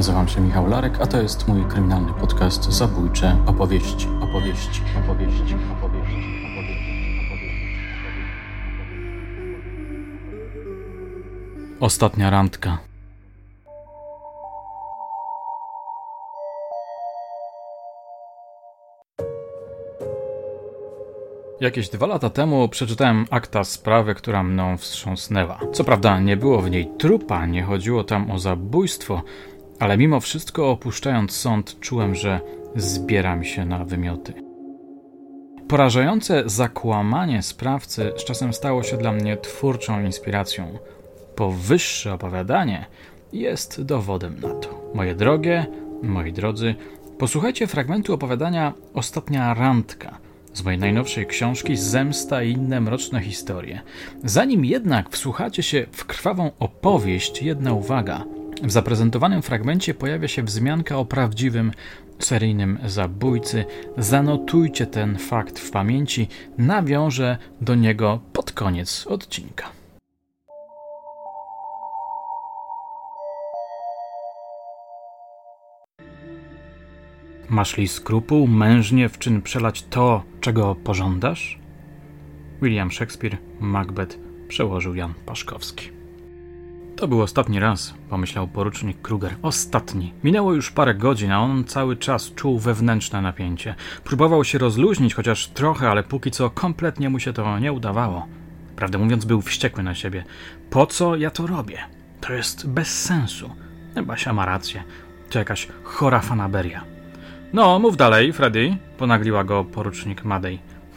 Nazywam się Michał Larek, a to jest mój kryminalny podcast Zabójcze opowieści. Ostatnia randka. Jakieś 2 lata temu przeczytałem akta sprawy, która mną wstrząsnęła. Co prawda nie było w niej trupa, nie chodziło tam o zabójstwo, ale mimo wszystko opuszczając sąd czułem, że zbiera mi się na wymioty. Porażające zakłamanie sprawcy z czasem stało się dla mnie twórczą inspiracją. Powyższe opowiadanie jest dowodem na to. Moje drogie, moi drodzy, posłuchajcie fragmentu opowiadania Ostatnia randka z mojej najnowszej książki Zemsta i inne mroczne historie. Zanim jednak wsłuchacie się w krwawą opowieść, jedna uwaga. W zaprezentowanym fragmencie pojawia się wzmianka o prawdziwym, seryjnym zabójcy. Zanotujcie ten fakt w pamięci, nawiążę do niego pod koniec odcinka. Masz li skrupuł mężnie w czyn przelać to, czego pożądasz? William Shakespeare, Macbeth, przełożył Jan Paszkowski. To był ostatni raz, pomyślał porucznik Kruger. Ostatni. Minęło już parę godzin, a on cały czas czuł wewnętrzne napięcie. Próbował się rozluźnić, chociaż trochę, ale póki co kompletnie mu się to nie udawało. Prawdę mówiąc, był wściekły na siebie. Po co ja to robię? To jest bez sensu. Basia ma rację. To jakaś chora fanaberia. No, mów dalej, Freddy, ponagliła go porucznik Madej.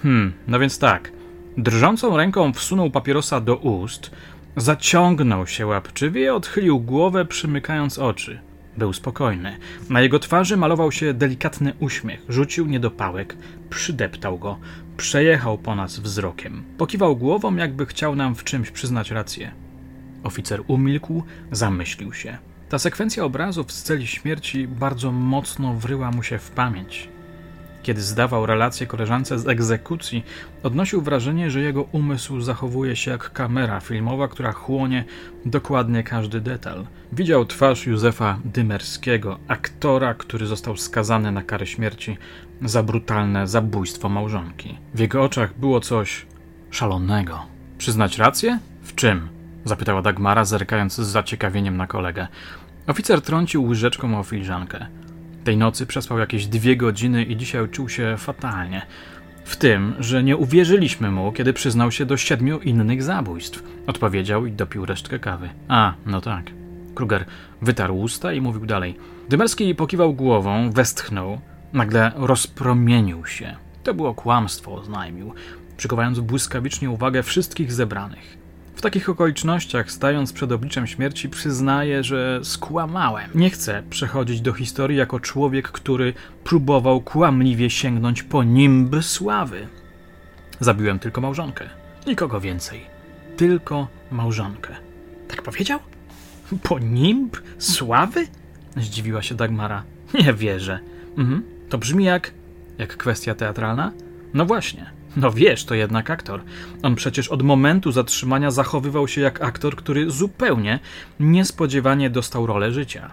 No więc tak. Drżącą ręką wsunął papierosa do ust, zaciągnął się łapczywie i odchylił głowę, przymykając oczy. Był spokojny. Na jego twarzy malował się delikatny uśmiech. Rzucił niedopałek, przydeptał go, przejechał po nas wzrokiem. Pokiwał głową, jakby chciał nam w czymś przyznać rację. Oficer umilkł, zamyślił się. Ta sekwencja obrazów z celi śmierci bardzo mocno wryła mu się w pamięć. Kiedy zdawał relację koleżance z egzekucji, odnosił wrażenie, że jego umysł zachowuje się jak kamera filmowa, która chłonie dokładnie każdy detal. Widział twarz Józefa Dymerskiego, aktora, który został skazany na karę śmierci za brutalne zabójstwo małżonki. W jego oczach było coś szalonego. Przyznać rację? W czym? Zapytała Dagmara, zerkając z zaciekawieniem na kolegę. Oficer trącił łyżeczką o filiżankę. Tej nocy przespał jakieś 2 godziny i dzisiaj czuł się fatalnie. W tym, że nie uwierzyliśmy mu, kiedy przyznał się do 7 innych zabójstw. Odpowiedział i dopił resztkę kawy. No tak. Kruger wytarł usta i mówił dalej. Dymerski pokiwał głową, westchnął. Nagle rozpromienił się. To było kłamstwo, oznajmił, przykuwając błyskawicznie uwagę wszystkich zebranych. W takich okolicznościach, stając przed obliczem śmierci, przyznaję, że skłamałem. Nie chcę przechodzić do historii jako człowiek, który próbował kłamliwie sięgnąć po nimb sławy. Zabiłem tylko małżonkę. Nikogo więcej. Tylko małżonkę. Tak powiedział? Po nimb sławy? Zdziwiła się Dagmara. Nie wierzę. To brzmi jak kwestia teatralna? No właśnie. No wiesz, to jednak aktor. On przecież od momentu zatrzymania zachowywał się jak aktor, który zupełnie niespodziewanie dostał rolę życia.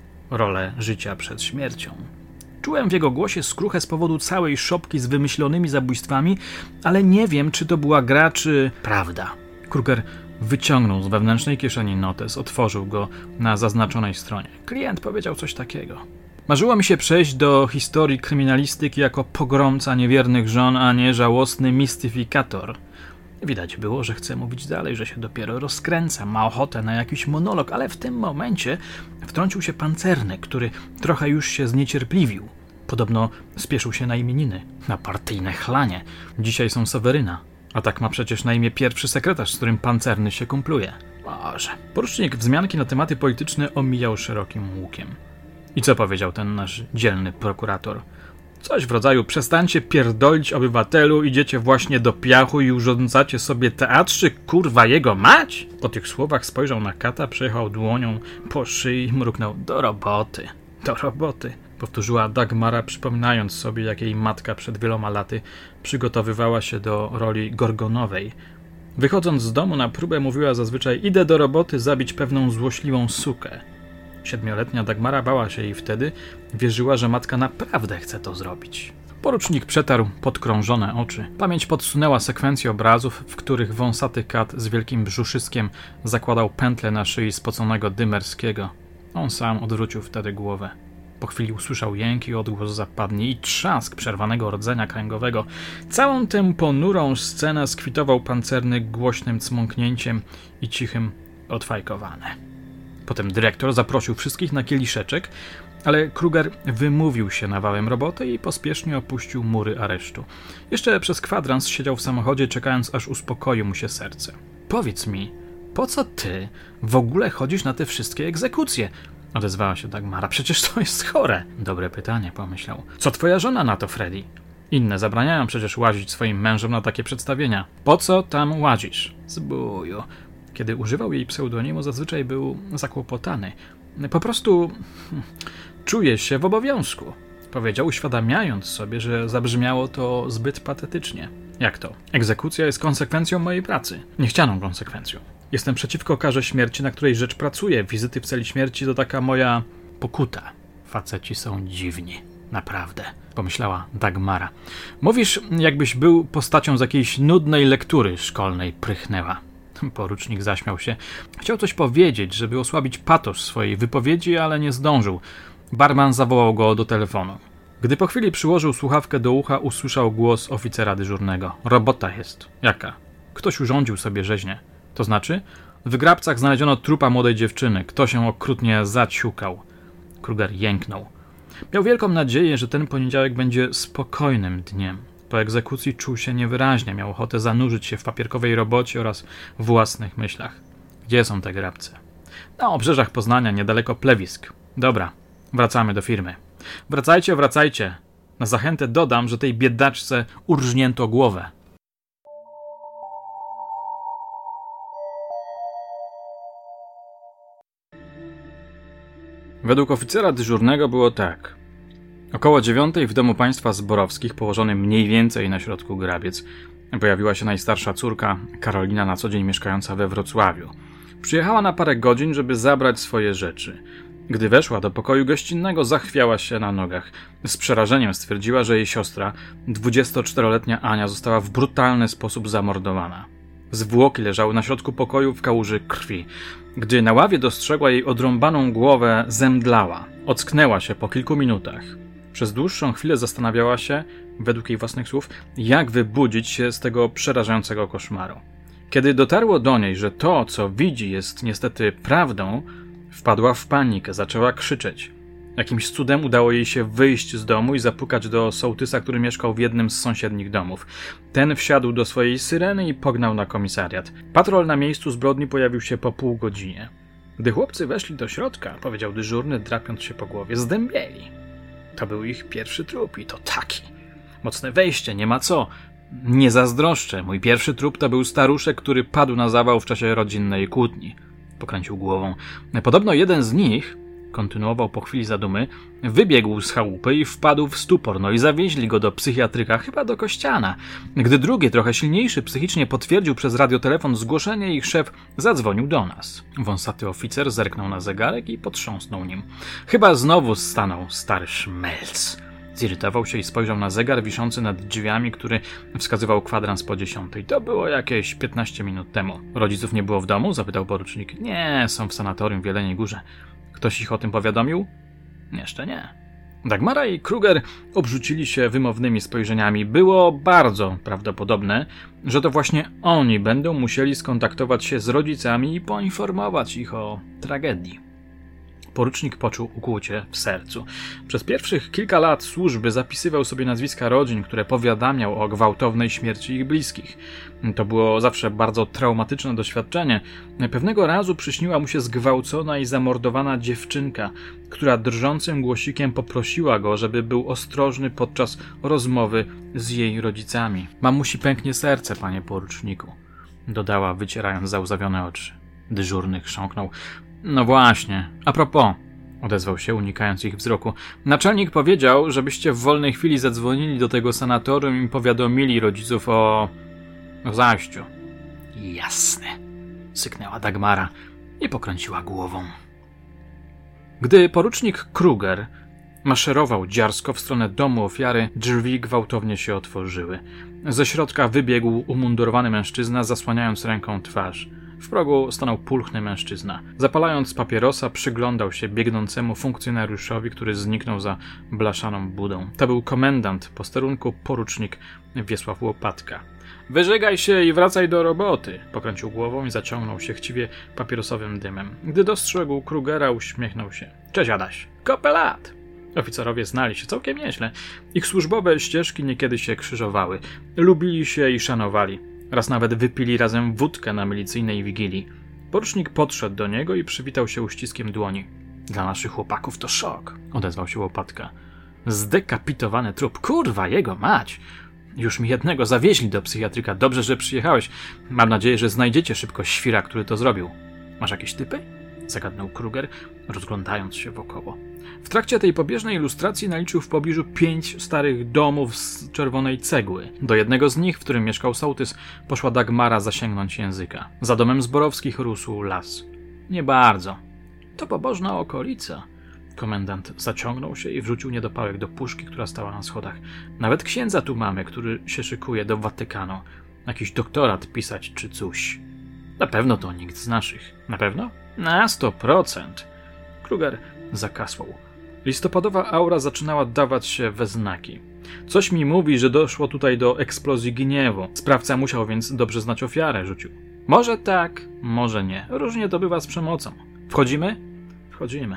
Rolę życia przed śmiercią. Czułem w jego głosie skruchę z powodu całej szopki z wymyślonymi zabójstwami, ale nie wiem, czy to była gra, czy prawda. Kruger wyciągnął z wewnętrznej kieszeni notes, otworzył go na zaznaczonej stronie. Klient powiedział coś takiego. Marzyło mi się przejść do historii kryminalistyki jako pogromca niewiernych żon, a nie żałosny mistyfikator. Widać było, że chce mówić dalej, że się dopiero rozkręca, ma ochotę na jakiś monolog, ale w tym momencie wtrącił się pancerny, który trochę już się zniecierpliwił. Podobno spieszył się na imieniny, na partyjne chlanie. Dzisiaj są Seweryna, a tak ma przecież na imię pierwszy sekretarz, z którym pancerny się kumpluje. Boże. Porucznik wzmianki na tematy polityczne omijał szerokim łukiem. I co powiedział ten nasz dzielny prokurator? Coś w rodzaju: przestańcie pierdolić, obywatelu, idziecie właśnie do piachu i urządzacie sobie teatrzyk, kurwa jego mać? Po tych słowach spojrzał na kata, przejechał dłonią po szyi i mruknął: do roboty, powtórzyła Dagmara, przypominając sobie, jak jej matka przed wieloma laty przygotowywała się do roli Gorgonowej. Wychodząc z domu na próbę, mówiła zazwyczaj: idę do roboty zabić pewną złośliwą sukę. 7-letnia Dagmara bała się jej wtedy, wierzyła, że matka naprawdę chce to zrobić. Porucznik przetarł podkrążone oczy. Pamięć podsunęła sekwencję obrazów, w których wąsaty kat z wielkim brzuszyskiem zakładał pętlę na szyi spoconego Dymerskiego. On sam odwrócił wtedy głowę. Po chwili usłyszał jęki, odgłos zapadni i trzask przerwanego rdzenia kręgowego. Całą tę ponurą scenę skwitował pancerny głośnym cmąknięciem i cichym odfajkowane. Potem dyrektor zaprosił wszystkich na kieliszeczek, ale Kruger wymówił się nawałem roboty i pospiesznie opuścił mury aresztu. Jeszcze przez kwadrans siedział w samochodzie, czekając, aż uspokoi mu się serce. Powiedz mi, po co ty w ogóle chodzisz na te wszystkie egzekucje? Odezwała się Dagmara. Przecież to jest chore. Dobre pytanie, pomyślał. Co twoja żona na to, Freddy? Inne zabraniają przecież łazić swoim mężom na takie przedstawienia. Po co tam łazisz? Zbóju. Kiedy używał jej pseudonimu, zazwyczaj był zakłopotany. Po prostu czuję się w obowiązku, powiedział, uświadamiając sobie, że zabrzmiało to zbyt patetycznie. Jak to? Egzekucja jest konsekwencją mojej pracy. Niechcianą konsekwencją. Jestem przeciwko karze śmierci, na której rzecz pracuję. Wizyty w celi śmierci to taka moja pokuta. Faceci są dziwni. Naprawdę, pomyślała Dagmara. Mówisz, jakbyś był postacią z jakiejś nudnej lektury szkolnej, prychnęła. Porucznik zaśmiał się. Chciał coś powiedzieć, żeby osłabić patos swojej wypowiedzi, ale nie zdążył. Barman zawołał go do telefonu. Gdy po chwili przyłożył słuchawkę do ucha, usłyszał głos oficera dyżurnego. Robota jest. Jaka? Ktoś urządził sobie rzeźnię. To znaczy? W grabcach znaleziono trupa młodej dziewczyny. Kto się okrutnie zaciukał. Kruger jęknął. Miał wielką nadzieję, że ten poniedziałek będzie spokojnym dniem. Po egzekucji czuł się niewyraźnie, miał ochotę zanurzyć się w papierkowej robocie oraz własnych myślach. Gdzie są te grabce? Na obrzeżach Poznania, niedaleko plewisk. Dobra, wracamy do firmy. Wracajcie, wracajcie. Na zachętę dodam, że tej biedaczce urżnięto głowę. Według oficera dyżurnego było tak. Około 9:00 w domu państwa Zborowskich, położonym mniej więcej na środku Grabiec, pojawiła się najstarsza córka, Karolina, na co dzień mieszkająca we Wrocławiu. Przyjechała na parę godzin, żeby zabrać swoje rzeczy. Gdy weszła do pokoju gościnnego, zachwiała się na nogach. Z przerażeniem stwierdziła, że jej siostra, 24-letnia Ania, została w brutalny sposób zamordowana. Zwłoki leżały na środku pokoju w kałuży krwi. Gdy na ławie dostrzegła jej odrąbaną głowę, zemdlała. Ocknęła się po kilku minutach. Przez dłuższą chwilę zastanawiała się, według jej własnych słów, jak wybudzić się z tego przerażającego koszmaru. Kiedy dotarło do niej, że to, co widzi, jest niestety prawdą, wpadła w panikę, zaczęła krzyczeć. Jakimś cudem udało jej się wyjść z domu i zapukać do sołtysa, który mieszkał w jednym z sąsiednich domów. Ten wsiadł do swojej syreny i pognał na komisariat. Patrol na miejscu zbrodni pojawił się po pół godzinie. Gdy chłopcy weszli do środka, powiedział dyżurny, drapiąc się po głowie, zdębieli. To był ich pierwszy trup i to taki. Mocne wejście, nie ma co. Nie zazdroszczę. Mój pierwszy trup to był staruszek, który padł na zawał w czasie rodzinnej kłótni. Pokręcił głową. Podobno jeden z nich, kontynuował po chwili zadumy, wybiegł z chałupy i wpadł w stupor, no i zawieźli go do psychiatryka, chyba do Kościana. Gdy drugi, trochę silniejszy psychicznie, potwierdził przez radiotelefon zgłoszenie, ich szef zadzwonił do nas. Wąsaty oficer zerknął na zegarek i potrząsnął nim. Chyba znowu stanął stary szmelc. Zirytował się i spojrzał na zegar wiszący nad drzwiami, który wskazywał kwadrans po 10:00. To było jakieś 15 minut temu. Rodziców nie było w domu? Zapytał porucznik. Nie, są w sanatorium w Jeleniej Górze. Ktoś ich o tym powiadomił? Jeszcze nie. Dagmara i Kruger obrzucili się wymownymi spojrzeniami. Było bardzo prawdopodobne, że to właśnie oni będą musieli skontaktować się z rodzicami i poinformować ich o tragedii. Porucznik poczuł ukłucie w sercu. Przez pierwszych kilka lat służby zapisywał sobie nazwiska rodzin, które powiadamiał o gwałtownej śmierci ich bliskich. To było zawsze bardzo traumatyczne doświadczenie. Pewnego razu przyśniła mu się zgwałcona i zamordowana dziewczynka, która drżącym głosikiem poprosiła go, żeby był ostrożny podczas rozmowy z jej rodzicami. Mamusi pęknie serce, panie poruczniku, dodała, wycierając załzawione oczy. Dyżurny chrząknął. No właśnie, a propos, odezwał się, unikając ich wzroku. Naczelnik powiedział, żebyście w wolnej chwili zadzwonili do tego sanatorium i powiadomili rodziców o zajściu. Jasne, syknęła Dagmara i pokręciła głową. Gdy porucznik Kruger maszerował dziarsko w stronę domu ofiary, drzwi gwałtownie się otworzyły. Ze środka wybiegł umundurowany mężczyzna, zasłaniając ręką twarz. W progu stanął pulchny mężczyzna. Zapalając papierosa, przyglądał się biegnącemu funkcjonariuszowi, który zniknął za blaszaną budą. To był komendant posterunku, porucznik Wiesław Łopatka. Wyżegaj się i wracaj do roboty, pokręcił głową i zaciągnął się chciwie papierosowym dymem. Gdy dostrzegł Krugera, uśmiechnął się. Cześć, Adaś. Kopę lat. Oficerowie znali się całkiem nieźle. Ich służbowe ścieżki niekiedy się krzyżowały. Lubili się i szanowali. Raz nawet wypili razem wódkę na milicyjnej wigilii. Porucznik podszedł do niego i przywitał się uściskiem dłoni. Dla naszych chłopaków to szok, odezwał się Łopatka. Zdekapitowany trup. Kurwa, jego mać! Już mi jednego zawieźli do psychiatryka. Dobrze, że przyjechałeś. Mam nadzieję, że znajdziecie szybko świra, który to zrobił. Masz jakieś typy? Zagadnął Kruger, rozglądając się wokoło. W trakcie tej pobieżnej ilustracji naliczył w pobliżu 5 starych domów z czerwonej cegły. Do jednego z nich, w którym mieszkał sołtys, poszła Dagmara zasięgnąć języka. Za domem Zborowskich rósł las. Nie bardzo. To pobożna okolica. Komendant zaciągnął się i wrzucił niedopałek do puszki, która stała na schodach. Nawet księdza tu mamy, który się szykuje do Watykanu. Jakiś doktorat pisać czy coś. Na pewno to nikt z naszych. Na pewno? Na 100%. Kruger zakasłał. Listopadowa aura zaczynała dawać się we znaki. Coś mi mówi, że doszło tutaj do eksplozji gniewu. Sprawca musiał więc dobrze znać ofiarę, rzucił. Może tak, może nie. Różnie to bywa z przemocą. Wchodzimy? Wchodzimy.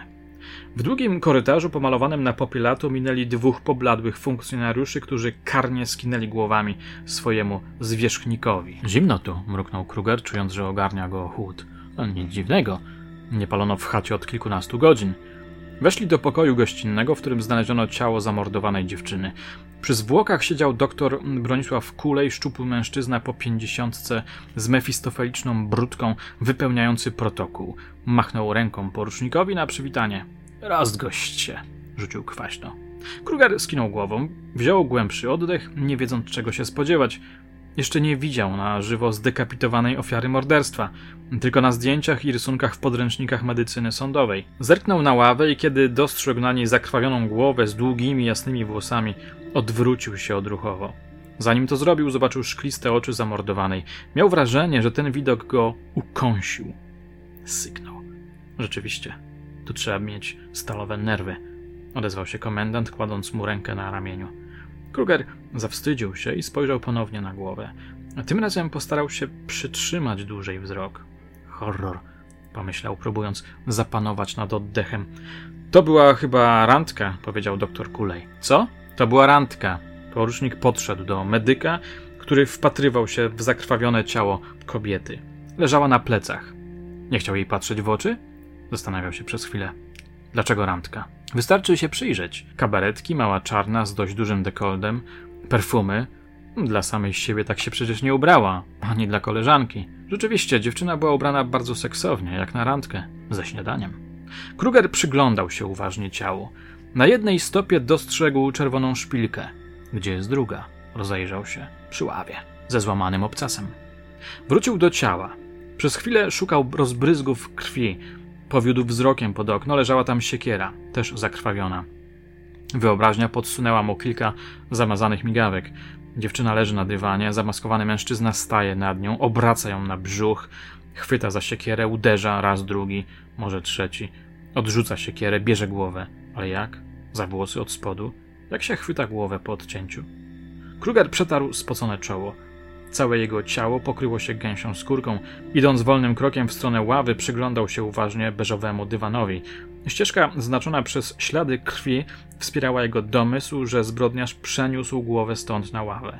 W długim korytarzu pomalowanym na popielato minęli 2 pobladłych funkcjonariuszy, którzy karnie skinęli głowami swojemu zwierzchnikowi. Zimno tu, mruknął Kruger, czując, że ogarnia go chłód. Nic dziwnego. Nie palono w chacie od kilkunastu godzin. Weszli do pokoju gościnnego, w którym znaleziono ciało zamordowanej dziewczyny. Przy zwłokach siedział doktor Bronisław Kulej, szczupły mężczyzna po 50 z mefistofeliczną brudką, wypełniający protokół. Machnął ręką porucznikowi na przywitanie. Rozgość się, rzucił kwaśno. Kruger skinął głową, wziął głębszy oddech, nie wiedząc czego się spodziewać. Jeszcze nie widział na żywo zdekapitowanej ofiary morderstwa, tylko na zdjęciach i rysunkach w podręcznikach medycyny sądowej. Zerknął na ławę i kiedy dostrzegł na niej zakrwawioną głowę z długimi, jasnymi włosami, odwrócił się odruchowo. Zanim to zrobił, zobaczył szkliste oczy zamordowanej. Miał wrażenie, że ten widok go ukąsił. Syknął. Rzeczywiście, tu trzeba mieć stalowe nerwy, odezwał się komendant, kładąc mu rękę na ramieniu. Kruger zawstydził się i spojrzał ponownie na głowę. Tym razem postarał się przytrzymać dłużej wzrok. Horror, pomyślał, próbując zapanować nad oddechem. To była chyba randka, powiedział doktor Kulej. Co? To była randka. Porucznik podszedł do medyka, który wpatrywał się w zakrwawione ciało kobiety. Leżała na plecach. Nie chciał jej patrzeć w oczy? Zastanawiał się przez chwilę. Dlaczego randka? Wystarczy się przyjrzeć. Kabaretki, mała czarna z dość dużym dekoltem, perfumy. Dla samej siebie tak się przecież nie ubrała, ani dla koleżanki. Rzeczywiście, dziewczyna była ubrana bardzo seksownie, jak na randkę, ze śniadaniem. Kruger przyglądał się uważnie ciału. Na jednej stopie dostrzegł czerwoną szpilkę. Gdzie jest druga? Rozejrzał się. Przy ławie, ze złamanym obcasem. Wrócił do ciała. Przez chwilę szukał rozbryzgów krwi. Powiódł wzrokiem pod okno, leżała tam siekiera, też zakrwawiona. Wyobraźnia podsunęła mu kilka zamazanych migawek. Dziewczyna leży na dywanie, zamaskowany mężczyzna staje nad nią, obraca ją na brzuch, chwyta za siekierę, uderza raz, drugi, może trzeci. Odrzuca siekierę, bierze głowę. Ale jak? Za włosy od spodu? Jak się chwyta głowę po odcięciu? Kruger przetarł spocone czoło. Całe jego ciało pokryło się gęsią skórką. Idąc wolnym krokiem w stronę ławy, przyglądał się uważnie beżowemu dywanowi. Ścieżka znaczona przez ślady krwi wspierała jego domysł, że zbrodniarz przeniósł głowę stąd na ławę.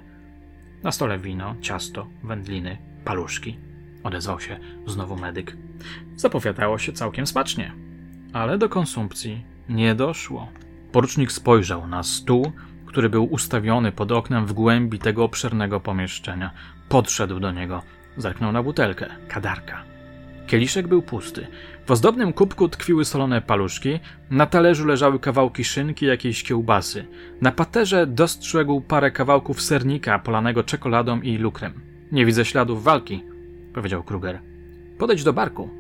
Na stole wino, ciasto, wędliny, paluszki. Odezwał się znowu medyk. Zapowiadało się całkiem smacznie, ale do konsumpcji nie doszło. Porucznik spojrzał na stół, który był ustawiony pod oknem w głębi tego obszernego pomieszczenia. Podszedł do niego. Zerknął na butelkę. Kadarka. Kieliszek był pusty. W ozdobnym kubku tkwiły solone paluszki. Na talerzu leżały kawałki szynki i jakiejś kiełbasy. Na paterze dostrzegł parę kawałków sernika polanego czekoladą i lukrem. Nie widzę śladów walki, powiedział Kruger. Podejdź do barku.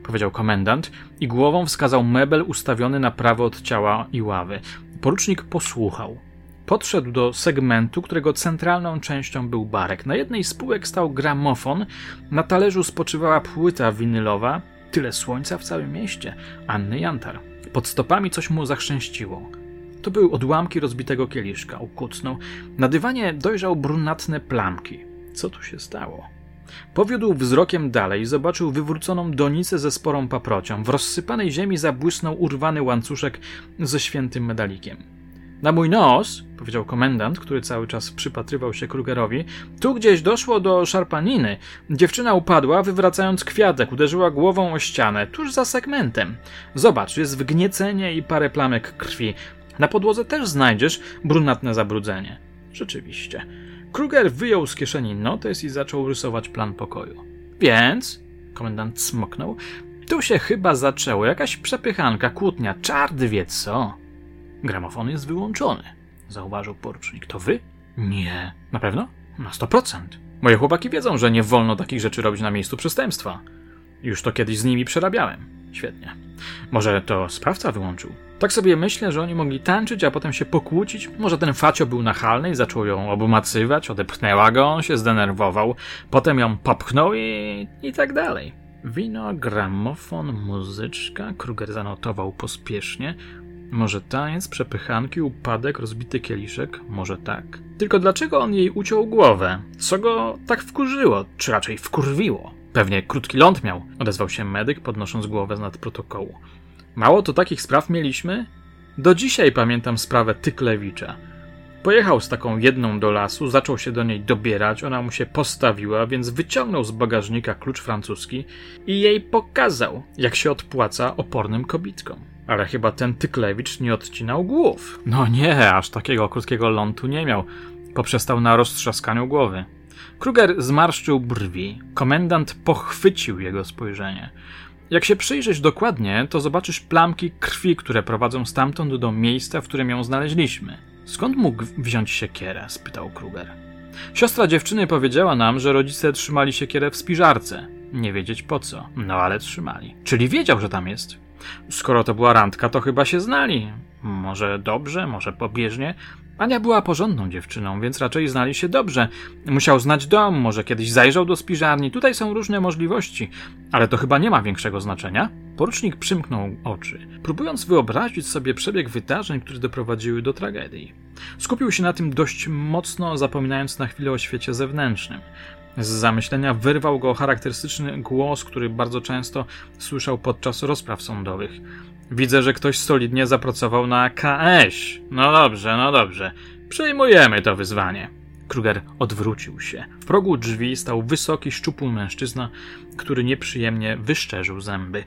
powiedział komendant i głową wskazał mebel ustawiony na prawo od ciała i ławy. Porucznik posłuchał. Podszedł do segmentu, którego centralną częścią był barek. Na jednej z półek stał gramofon, na talerzu spoczywała płyta winylowa. Tyle słońca w całym mieście. Anny Jantar. Pod stopami coś mu zachrzęściło. To były odłamki rozbitego kieliszka. Ukucnął. Na dywanie dojrzał brunatne plamki. Co tu się stało? Powiódł wzrokiem dalej i zobaczył wywróconą donicę ze sporą paprocią. W rozsypanej ziemi zabłysnął urwany łańcuszek ze świętym medalikiem. Na mój nos, powiedział komendant, który cały czas przypatrywał się Krugerowi, tu gdzieś doszło do szarpaniny. Dziewczyna upadła, wywracając kwiatek, uderzyła głową o ścianę, tuż za segmentem. Zobacz, jest wgniecenie i parę plamek krwi. Na podłodze też znajdziesz brunatne zabrudzenie. Rzeczywiście. Kruger wyjął z kieszeni notes i zaczął rysować plan pokoju. Więc, komendant smoknął, tu się chyba zaczęło, jakaś przepychanka, kłótnia, czart wie co. Gramofon jest wyłączony, zauważył porucznik. To wy? Nie. Na pewno? Na 100%. Moje chłopaki wiedzą, że nie wolno takich rzeczy robić na miejscu przestępstwa. Już to kiedyś z nimi przerabiałem. Świetnie. Może to sprawca wyłączył? Tak sobie myślę, że oni mogli tańczyć, a potem się pokłócić. Może ten facio był nachalny i zaczął ją obmacywać, odepchnęła go, on się zdenerwował, potem ją popchnął i tak dalej. Wino, gramofon, muzyczka, Kruger zanotował pospiesznie. Może taniec, przepychanki, upadek, rozbity kieliszek? Może tak. Tylko dlaczego on jej uciął głowę? Co go tak wkurzyło? Czy raczej wkurwiło? Pewnie krótki ląd miał, odezwał się medyk, podnosząc głowę z nad protokołu. Mało to takich spraw mieliśmy? Do dzisiaj pamiętam sprawę Tyklewicza. Pojechał z taką jedną do lasu, zaczął się do niej dobierać, ona mu się postawiła, więc wyciągnął z bagażnika klucz francuski i jej pokazał, jak się odpłaca opornym kobitkom. Ale chyba ten Tyklewicz nie odcinał głów. No nie, aż takiego krótkiego lądu nie miał. Poprzestał na roztrzaskaniu głowy. Kruger zmarszczył brwi. Komendant pochwycił jego spojrzenie. Jak się przyjrzeć dokładnie, to zobaczysz plamki krwi, które prowadzą stamtąd do miejsca, w którym ją znaleźliśmy. Skąd mógł wziąć siekierę? Spytał Kruger. Siostra dziewczyny powiedziała nam, że rodzice trzymali siekierę w spiżarce. Nie wiedzieć po co. No ale trzymali. Czyli wiedział, że tam jest. Skoro to była randka, to chyba się znali. Może dobrze, może pobieżnie. Ania była porządną dziewczyną, więc raczej znali się dobrze. Musiał znać dom, może kiedyś zajrzał do spiżarni. Tutaj są różne możliwości, ale to chyba nie ma większego znaczenia. Porucznik przymknął oczy, próbując wyobrazić sobie przebieg wydarzeń, które doprowadziły do tragedii. Skupił się na tym dość mocno, zapominając na chwilę o świecie zewnętrznym. Z zamyślenia wyrwał go charakterystyczny głos, który bardzo często słyszał podczas rozpraw sądowych. Widzę, że ktoś solidnie zapracował na KS. No dobrze. Przyjmujemy to wyzwanie. Kruger odwrócił się. W progu drzwi stał wysoki, szczupły mężczyzna, który nieprzyjemnie wyszczerzył zęby.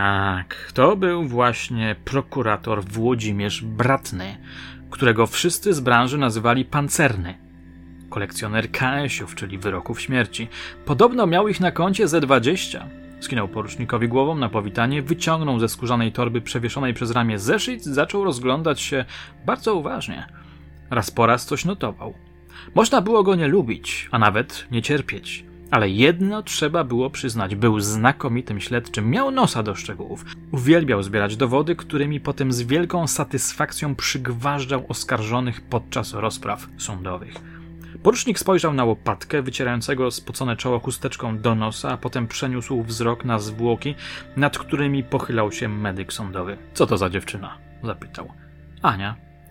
Tak, to był właśnie prokurator Włodzimierz Bratny, którego wszyscy z branży nazywali Pancerny. Kolekcjoner KS-ów, czyli wyroków śmierci. Podobno miał ich na koncie ze 20. Skinął porucznikowi głową na powitanie, wyciągnął ze skórzanej torby przewieszonej przez ramię zeszyt i zaczął rozglądać się bardzo uważnie. Raz po raz coś notował. Można było go nie lubić, a nawet nie cierpieć. Ale jedno trzeba było przyznać, był znakomitym śledczym, miał nosa do szczegółów. Uwielbiał zbierać dowody, którymi potem z wielką satysfakcją przygważdżał oskarżonych podczas rozpraw sądowych. Porucznik spojrzał na łopatkę, wycierającego spocone czoło chusteczką do nosa, a potem przeniósł wzrok na zwłoki, nad którymi pochylał się medyk sądowy. Co to za dziewczyna? Zapytał. Ania,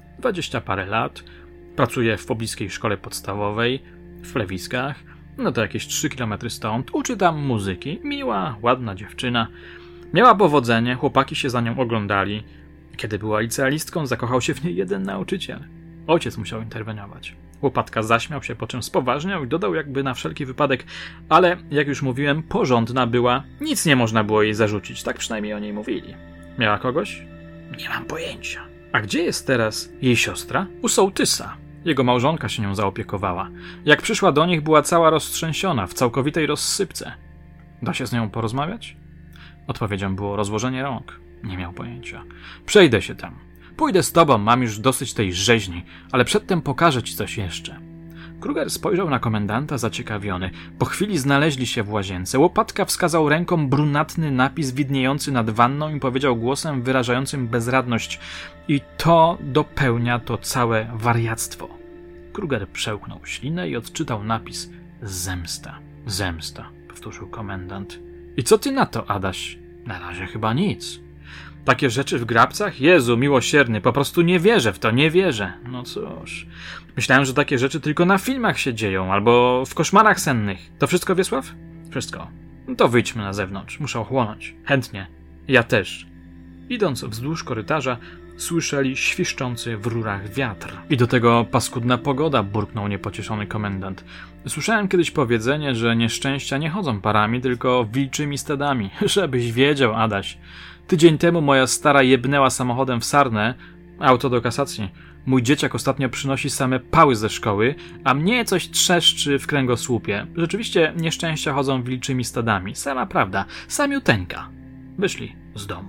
20 parę lat, pracuje w pobliskiej szkole podstawowej, w Plewiskach, no to jakieś 3 kilometry stąd, uczy tam muzyki, miła, ładna dziewczyna. Miała powodzenie, chłopaki się za nią oglądali. Kiedy była licealistką, zakochał się w niej jeden nauczyciel. Ojciec musiał interweniować. Łopatka zaśmiał się, po czym spoważniał i dodał jakby na wszelki wypadek, ale, jak już mówiłem, porządna była, nic nie można było jej zarzucić, tak przynajmniej o niej mówili. Miała kogoś? Nie mam pojęcia. A gdzie jest teraz jej siostra? U sołtysa. Jego małżonka się nią zaopiekowała. Jak przyszła do nich, była cała roztrzęsiona, w całkowitej rozsypce. Da się z nią porozmawiać? Odpowiedzią było rozłożenie rąk. Nie miał pojęcia. Przejdę się tam. Pójdę z tobą, mam już dosyć tej rzeźni, ale przedtem pokażę ci coś jeszcze. Kruger spojrzał na komendanta zaciekawiony. Po chwili znaleźli się w łazience. Łopatka wskazał ręką brunatny napis widniejący nad wanną i powiedział głosem wyrażającym bezradność: i to dopełnia to całe wariactwo. Kruger przełknął ślinę i odczytał napis: zemsta. Zemsta, powtórzył komendant. I co ty na to, Adaś? Na razie chyba nic. Takie rzeczy w grabcach? Jezu, miłosierny, po prostu nie wierzę w to, nie wierzę. No cóż, myślałem, że takie rzeczy tylko na filmach się dzieją, albo w koszmarach sennych. To wszystko, Wiesław? Wszystko. No to wyjdźmy na zewnątrz, muszę ochłonąć. Chętnie. Ja też. Idąc wzdłuż korytarza, słyszeli świszczący w rurach wiatr. I do tego paskudna pogoda, burknął niepocieszony komendant. Słyszałem kiedyś powiedzenie, że nieszczęścia nie chodzą parami, tylko wilczymi stadami. Żebyś wiedział, Adaś. Tydzień temu moja stara jebnęła samochodem w sarnę, auto do kasacji. Mój dzieciak ostatnio przynosi same pały ze szkoły, a mnie coś trzeszczy w kręgosłupie. Rzeczywiście nieszczęścia chodzą wilczymi stadami. Sama prawda, samiuteńka. Wyszli z domu.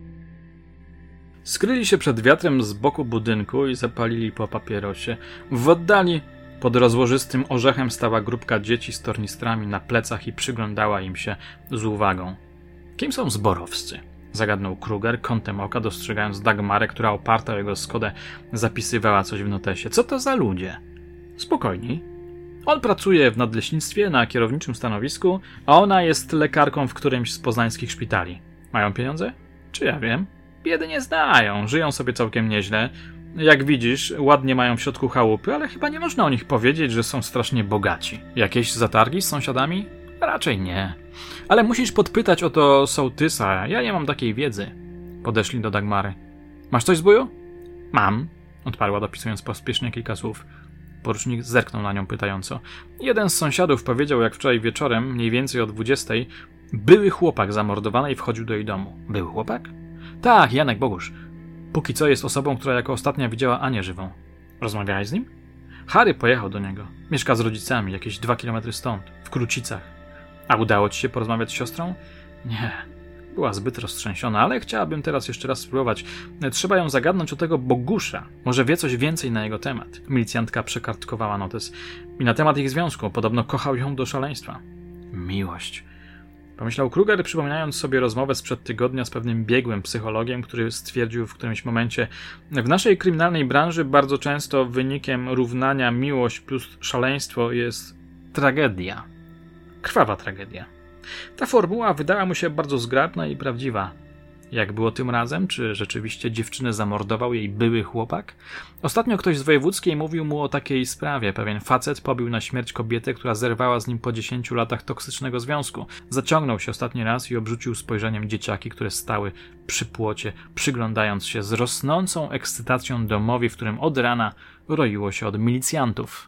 Skryli się przed wiatrem z boku budynku i zapalili po papierosie. W oddali pod rozłożystym orzechem stała grupka dzieci z tornistrami na plecach i przyglądała im się z uwagą. Kim są zborowscy? Zagadnął Kruger, kątem oka dostrzegając Dagmarę, która oparta o jego Skodę zapisywała coś w notesie. Co to za ludzie? Spokojni. On pracuje w nadleśnictwie na kierowniczym stanowisku, a ona jest lekarką w którymś z poznańskich szpitali. Mają pieniądze? Czy ja wiem? Biedy nie znają, żyją sobie całkiem nieźle. Jak widzisz, ładnie mają w środku chałupy, ale chyba nie można o nich powiedzieć, że są strasznie bogaci. Jakieś zatargi z sąsiadami? Raczej nie. Ale musisz podpytać o to sołtysa, ja nie mam takiej wiedzy. Podeszli do Dagmary. Masz coś z boju? Mam, odparła, dopisując pospiesznie kilka słów. Porucznik zerknął na nią pytająco. Jeden z sąsiadów powiedział, jak wczoraj wieczorem, mniej więcej o 20, były chłopak zamordowany i wchodził do jej domu. Były chłopak? Tak, Janek Bogusz. Póki co jest osobą, która jako ostatnia widziała Anię żywą. Rozmawiałeś z nim? Harry pojechał do niego. Mieszka z rodzicami, jakieś 2 kilometry stąd, w Krucicach. A udało ci się porozmawiać z siostrą? Nie. Była zbyt roztrzęsiona, ale chciałabym teraz jeszcze raz spróbować. Trzeba ją zagadnąć o tego Bogusza. Może wie coś więcej na jego temat. Milicjantka przekartkowała notes. I na temat ich związku. Podobno kochał ją do szaleństwa. Miłość. Pomyślał Kruger, przypominając sobie rozmowę sprzed tygodnia z pewnym biegłym psychologiem, który stwierdził w którymś momencie: w naszej kryminalnej branży bardzo często wynikiem równania miłość plus szaleństwo jest tragedia. Krwawa tragedia. Ta formuła wydała mu się bardzo zgrabna i prawdziwa. Jak było tym razem? Czy rzeczywiście dziewczynę zamordował jej były chłopak? Ostatnio ktoś z wojewódzkiej mówił mu o takiej sprawie. Pewien facet pobił na śmierć kobietę, która zerwała z nim po 10 latach toksycznego związku. Zaciągnął się ostatni raz i obrzucił spojrzeniem dzieciaki, które stały przy płocie, przyglądając się z rosnącą ekscytacją domowi, w którym od rana roiło się od milicjantów.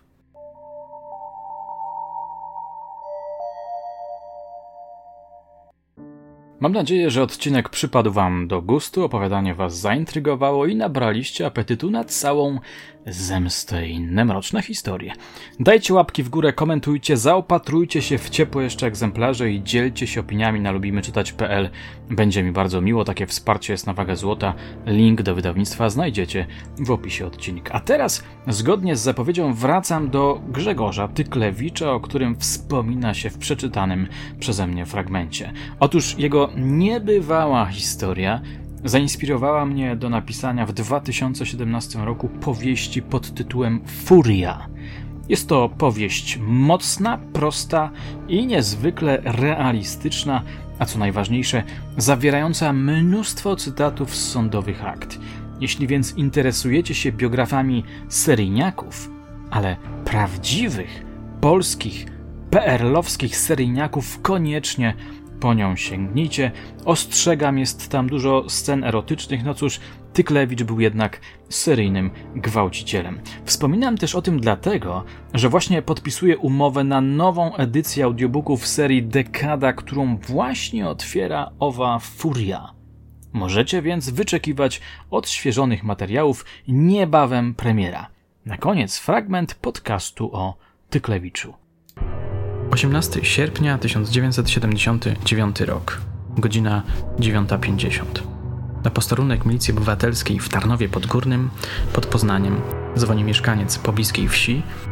Mam nadzieję, że odcinek przypadł wam do gustu, opowiadanie was zaintrygowało i nabraliście apetytu na całą zemstę i inne mroczne historie. Dajcie łapki w górę, komentujcie, zaopatrujcie się w ciepłe jeszcze egzemplarze i dzielcie się opiniami na lubimyczytać.pl. Będzie mi bardzo miło, takie wsparcie jest na wagę złota. Link do wydawnictwa znajdziecie w opisie odcinka. A teraz, zgodnie z zapowiedzią, wracam do Grzegorza Tyklewicza, o którym wspomina się w przeczytanym przeze mnie fragmencie. Otóż jego niebywała historia zainspirowała mnie do napisania w 2017 roku powieści pod tytułem Furia. Jest to powieść mocna, prosta i niezwykle realistyczna, a co najważniejsze, zawierająca mnóstwo cytatów z sądowych akt. Jeśli więc interesujecie się biografami seryjniaków, ale prawdziwych, polskich, PRL-owskich seryjniaków, koniecznie po nią sięgnijcie. Ostrzegam, jest tam dużo scen erotycznych. No cóż, Tyklewicz był jednak seryjnym gwałcicielem. Wspominam też o tym dlatego, że właśnie podpisuję umowę na nową edycję audiobooków serii Dekada, którą właśnie otwiera owa Furia. Możecie więc wyczekiwać odświeżonych materiałów, niebawem premiera. Na koniec fragment podcastu o Tyklewiczu. 18 sierpnia 1979 rok, godzina 9:50. Na posterunek Milicji Obywatelskiej w Tarnowie Podgórnym pod Poznaniem dzwoni mieszkaniec pobliskiej wsi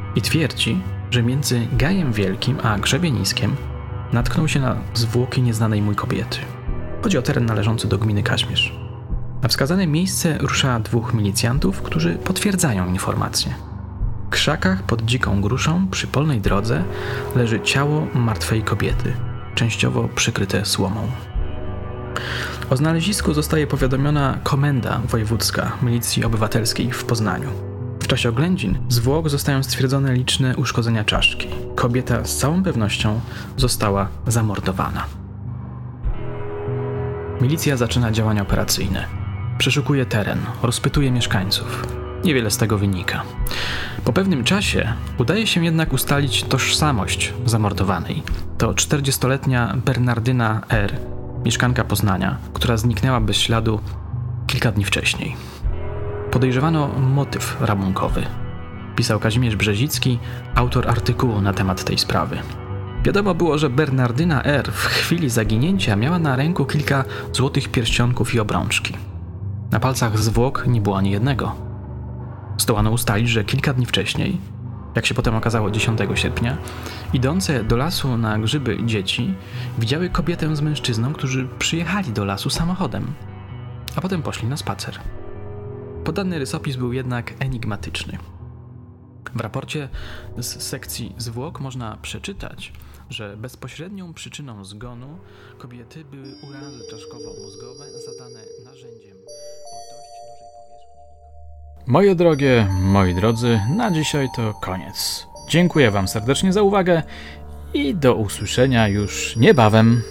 i twierdzi, że między Gajem Wielkim a Grzebieniskiem natknął się na zwłoki nieznanej mu kobiety. Chodzi o teren należący do gminy Kaźmierz. Na wskazane miejsce rusza 2 milicjantów, którzy potwierdzają informację. W krzakach pod Dziką Gruszą przy polnej drodze leży ciało martwej kobiety, częściowo przykryte słomą. O znalezisku zostaje powiadomiona Komenda Wojewódzka Milicji Obywatelskiej w Poznaniu. W czasie oględzin zwłok zostają stwierdzone liczne uszkodzenia czaszki. Kobieta z całą pewnością została zamordowana. Milicja zaczyna działania operacyjne. Przeszukuje teren, rozpytuje mieszkańców. Niewiele z tego wynika. Po pewnym czasie udaje się jednak ustalić tożsamość zamordowanej. To 40-letnia Bernardyna R., mieszkanka Poznania, która zniknęła bez śladu kilka dni wcześniej. Podejrzewano motyw rabunkowy. Pisał Kazimierz Brzezicki, autor artykułu na temat tej sprawy. Wiadomo było, że Bernardyna R. w chwili zaginięcia miała na ręku kilka złotych pierścionków i obrączki. Na palcach zwłok nie było ani jednego. Zdołano ustalić, że kilka dni wcześniej, jak się potem okazało 10 sierpnia, idące do lasu na grzyby dzieci widziały kobietę z mężczyzną, którzy przyjechali do lasu samochodem, a potem poszli na spacer. Podany rysopis był jednak enigmatyczny. W raporcie z sekcji zwłok można przeczytać, że bezpośrednią przyczyną zgonu kobiety były urazy czaszkowo-mózgowe zadane narzędziem o dość dużej powierzchni. Moje drogie, moi drodzy, na dzisiaj to koniec. Dziękuję Wam serdecznie za uwagę i do usłyszenia już niebawem.